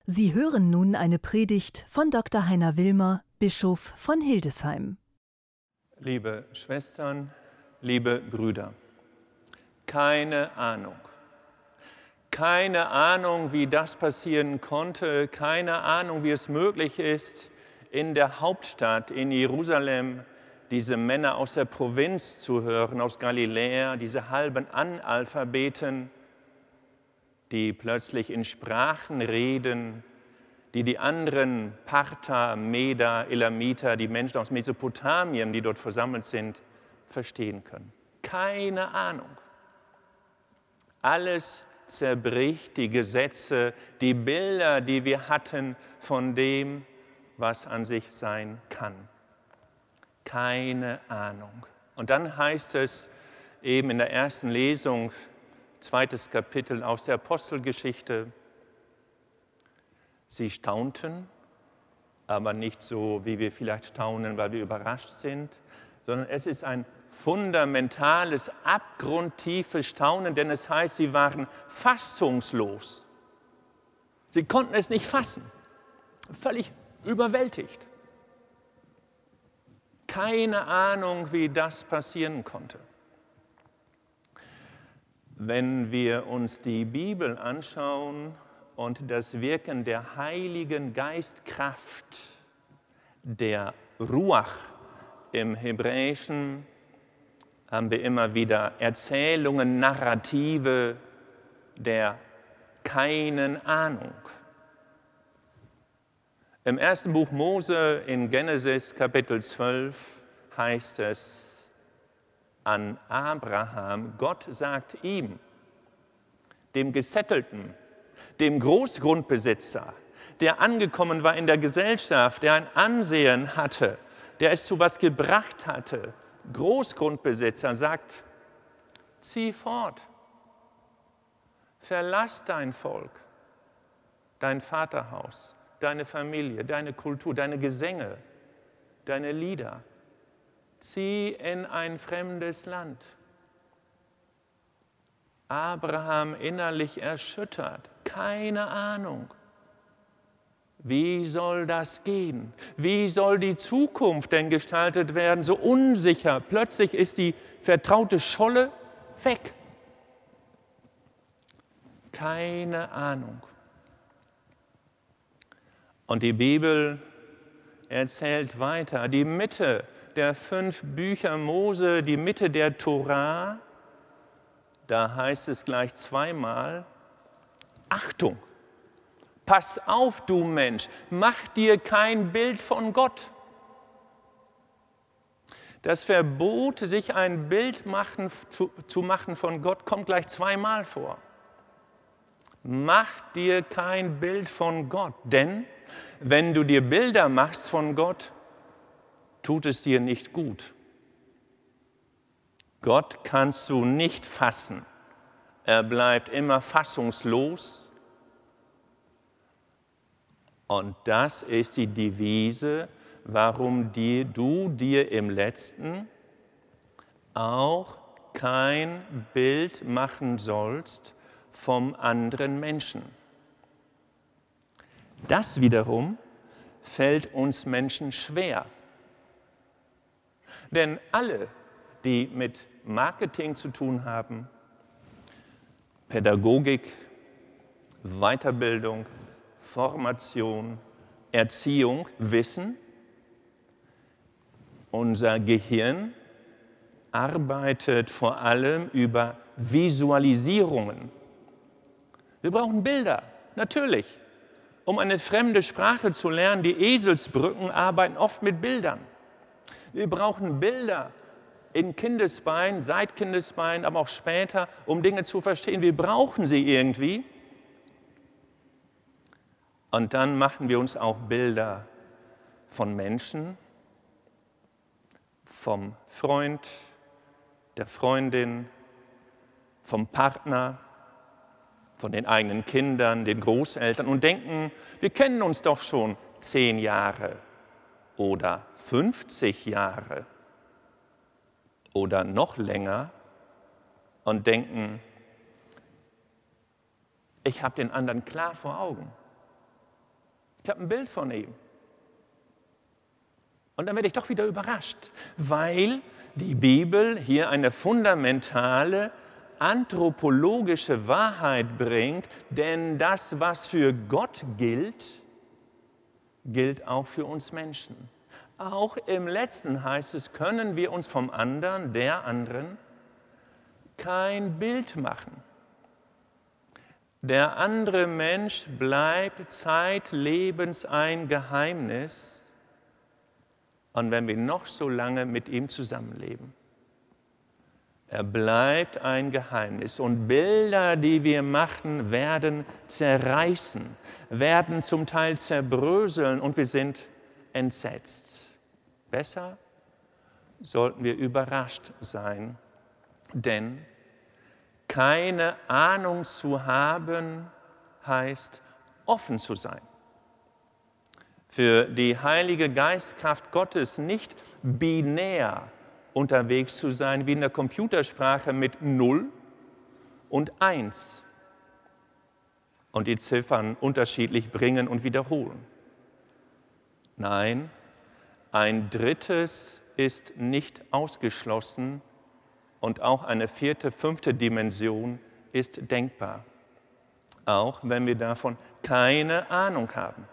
Sie hören nun eine Predigt von Dr. Heiner Wilmer, Bischof von Hildesheim. Liebe Schwestern, liebe Brüder, keine Ahnung, wie das passieren konnte, keine Ahnung, wie es möglich ist, in der Hauptstadt, in Jerusalem, diese Männer aus der Provinz zu hören, aus Galiläa, diese halben Analphabeten, die plötzlich in Sprachen reden, die anderen Parther, Meder, Elamiter, die Menschen aus Mesopotamien, die dort versammelt sind, verstehen können. Keine Ahnung. Alles zerbricht, die Gesetze, die Bilder, die wir hatten von dem, was an sich sein kann. Keine Ahnung. Und dann heißt es eben in der ersten Lesung, 2. Kapitel aus der Apostelgeschichte, sie staunten, aber nicht so, wie wir vielleicht staunen, weil wir überrascht sind, sondern es ist ein fundamentales, abgrundtiefes Staunen, denn es heißt, sie waren fassungslos. Sie konnten es nicht fassen, völlig überwältigt. Keine Ahnung, wie das passieren konnte. Wenn wir uns die Bibel anschauen und das Wirken der Heiligen Geistkraft, der Ruach im Hebräischen, haben wir immer wieder Erzählungen, Narrative der keinen Ahnung. Im ersten Buch Mose in Genesis Kapitel 12 heißt es an Abraham, Gott sagt ihm, dem Gesettelten, dem Großgrundbesitzer, der angekommen war in der Gesellschaft, der ein Ansehen hatte, der es zu was gebracht hatte, Großgrundbesitzer, sagt, zieh fort, verlass dein Volk, dein Vaterhaus, deine Familie, deine Kultur, deine Gesänge, deine Lieder. Zieh in ein fremdes Land. Abraham innerlich erschüttert, keine Ahnung. Wie soll das gehen? Wie soll die Zukunft denn gestaltet werden? So unsicher. Plötzlich ist die vertraute Scholle weg. Keine Ahnung. Und die Bibel erzählt weiter, die Mitte der 5 Bücher Mose, die Mitte der Tora, da heißt es gleich zweimal, Achtung, pass auf, du Mensch, mach dir kein Bild von Gott. Das Verbot, sich ein Bild zu machen von Gott, kommt gleich zweimal vor. Mach dir kein Bild von Gott, denn wenn du dir Bilder machst von Gott, tut es dir nicht gut. Gott kannst du nicht fassen. Er bleibt immer fassungslos. Und das ist die Devise, warum du dir im Letzten auch kein Bild machen sollst vom anderen Menschen. Das wiederum fällt uns Menschen schwer. Denn alle, die mit Marketing zu tun haben, Pädagogik, Weiterbildung, Formation, Erziehung, wissen, unser Gehirn arbeitet vor allem über Visualisierungen. Wir brauchen Bilder, natürlich. Um eine fremde Sprache zu lernen, die Eselsbrücken arbeiten oft mit Bildern. Wir brauchen Bilder in Kindesbeinen, seit Kindesbeinen, aber auch später, um Dinge zu verstehen. Wir brauchen sie irgendwie. Und dann machen wir uns auch Bilder von Menschen, vom Freund, der Freundin, vom Partner, von den eigenen Kindern, den Großeltern und denken, wir kennen uns doch schon 10 Jahre oder 50 Jahre oder noch länger und denken, ich habe den anderen klar vor Augen. Ich habe ein Bild von ihm. Und dann werde ich doch wieder überrascht, weil die Bibel hier eine fundamentale anthropologische Wahrheit bringt, denn das, was für Gott gilt, gilt auch für uns Menschen. Auch im Letzten heißt es, können wir uns vom anderen, der anderen, kein Bild machen. Der andere Mensch bleibt zeitlebens ein Geheimnis, und wenn wir noch so lange mit ihm zusammenleben. Er bleibt ein Geheimnis und Bilder, die wir machen, werden zerreißen, werden zum Teil zerbröseln und wir sind entsetzt. Besser sollten wir überrascht sein, denn keine Ahnung zu haben, heißt offen zu sein. Für die Heilige Geistkraft Gottes nicht binär unterwegs zu sein, wie in der Computersprache mit 0 und 1 und die Ziffern unterschiedlich bringen und wiederholen. Nein, ein drittes ist nicht ausgeschlossen und auch eine vierte, fünfte Dimension ist denkbar, auch wenn wir davon keine Ahnung haben.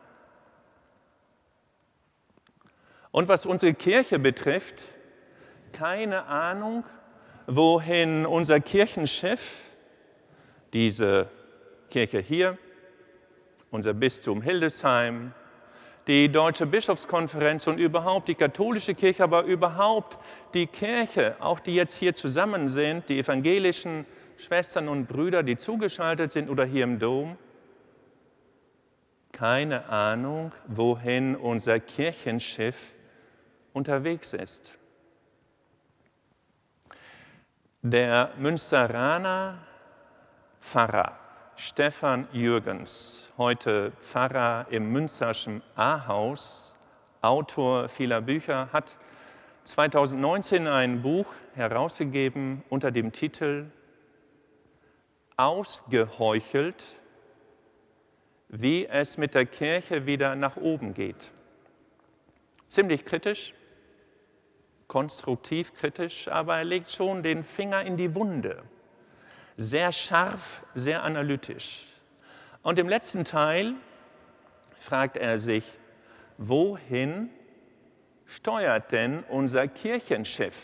Und was unsere Kirche betrifft, keine Ahnung, wohin unser Kirchenchef, diese Kirche hier, unser Bistum Hildesheim, die Deutsche Bischofskonferenz und überhaupt die katholische Kirche, aber überhaupt die Kirche, auch die jetzt hier zusammen sind, die evangelischen Schwestern und Brüder, die zugeschaltet sind oder hier im Dom, keine Ahnung, wohin unser Kirchenschiff unterwegs ist. Der Münsteraner Pfarrer Stefan Jürgens, heute Pfarrer im münsterschen Ahaus, Autor vieler Bücher, hat 2019 ein Buch herausgegeben unter dem Titel Ausgeheuchelt, wie es mit der Kirche wieder nach oben geht. Ziemlich kritisch, konstruktiv kritisch, aber er legt schon den Finger in die Wunde. Sehr scharf, sehr analytisch. Und im letzten Teil fragt er sich, wohin steuert denn unser Kirchenschiff?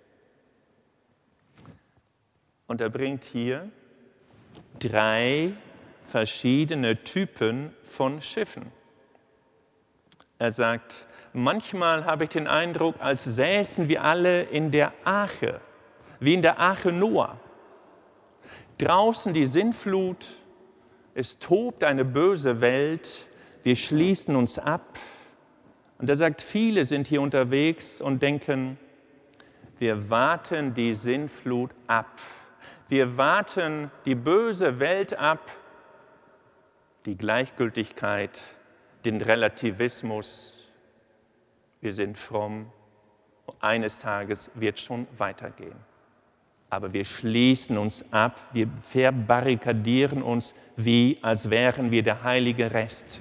Und er bringt hier 3 verschiedene Typen von Schiffen. Er sagt, manchmal habe ich den Eindruck, als säßen wir alle in der Arche, wie in der Arche Noah. Draußen die Sintflut, es tobt eine böse Welt, wir schließen uns ab. Und er sagt, viele sind hier unterwegs und denken, wir warten die Sintflut ab. Wir warten die böse Welt ab, die Gleichgültigkeit, den Relativismus. Wir sind fromm. Eines Tages wird schon weitergehen. Aber wir schließen uns ab, wir verbarrikadieren uns, wie als wären wir der heilige Rest.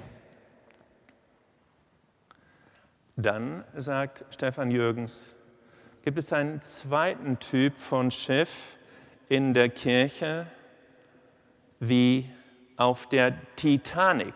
Dann, sagt Stefan Jürgens, gibt es einen zweiten Typ von Schiff in der Kirche, wie auf der Titanic.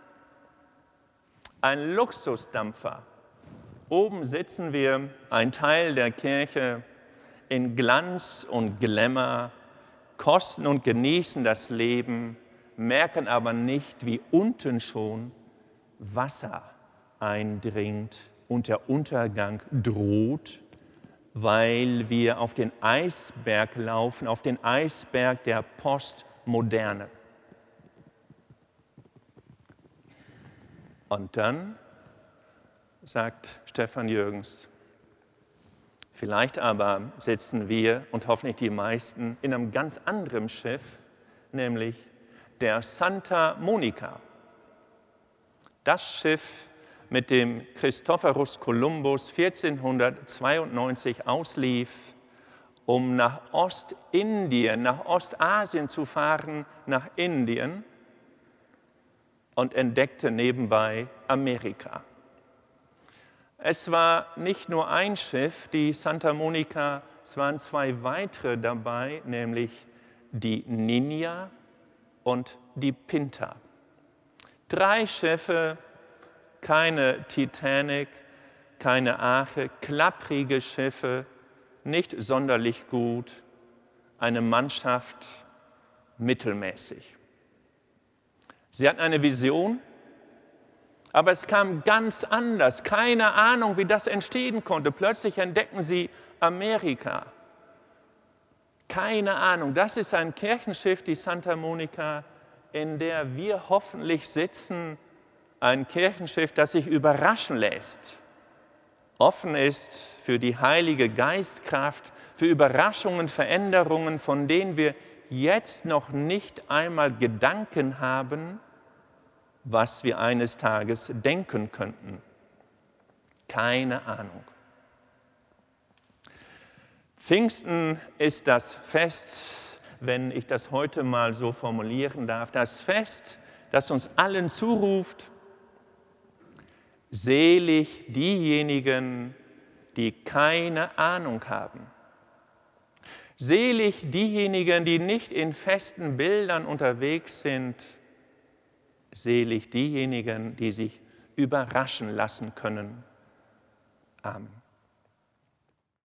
Ein Luxusdampfer. Oben sitzen wir, ein Teil der Kirche, in Glanz und Glamour, kosten und genießen das Leben, merken aber nicht, wie unten schon Wasser eindringt und der Untergang droht, weil wir auf den Eisberg laufen, auf den Eisberg der Postmoderne. Und dann sagt Stefan Jürgens, vielleicht aber sitzen wir und hoffentlich die meisten in einem ganz anderen Schiff, nämlich der Santa Monica. Das Schiff, mit dem Christophorus Kolumbus 1492 auslief, um nach Ostindien, nach Ostasien zu fahren, nach Indien. und entdeckte nebenbei Amerika. Es war nicht nur ein Schiff, die Santa Monica, es waren 2 weitere dabei, nämlich die Niña und die Pinta. 3 Schiffe, keine Titanic, keine Arche, klapprige Schiffe, nicht sonderlich gut, eine Mannschaft mittelmäßig. Sie hatten eine Vision, aber es kam ganz anders. Keine Ahnung, wie das entstehen konnte. Plötzlich entdecken sie Amerika. Keine Ahnung. Das ist ein Kirchenschiff, die Santa Monica, in der wir hoffentlich sitzen. Ein Kirchenschiff, das sich überraschen lässt. Offen ist für die Heilige Geistkraft, für Überraschungen, Veränderungen, von denen wir jetzt noch nicht einmal Gedanken haben, was wir eines Tages denken könnten. Keine Ahnung. Pfingsten ist das Fest, wenn ich das heute mal so formulieren darf, das Fest, das uns allen zuruft, selig diejenigen, die keine Ahnung haben. Selig diejenigen, die nicht in festen Bildern unterwegs sind. Selig diejenigen, die sich überraschen lassen können. Amen.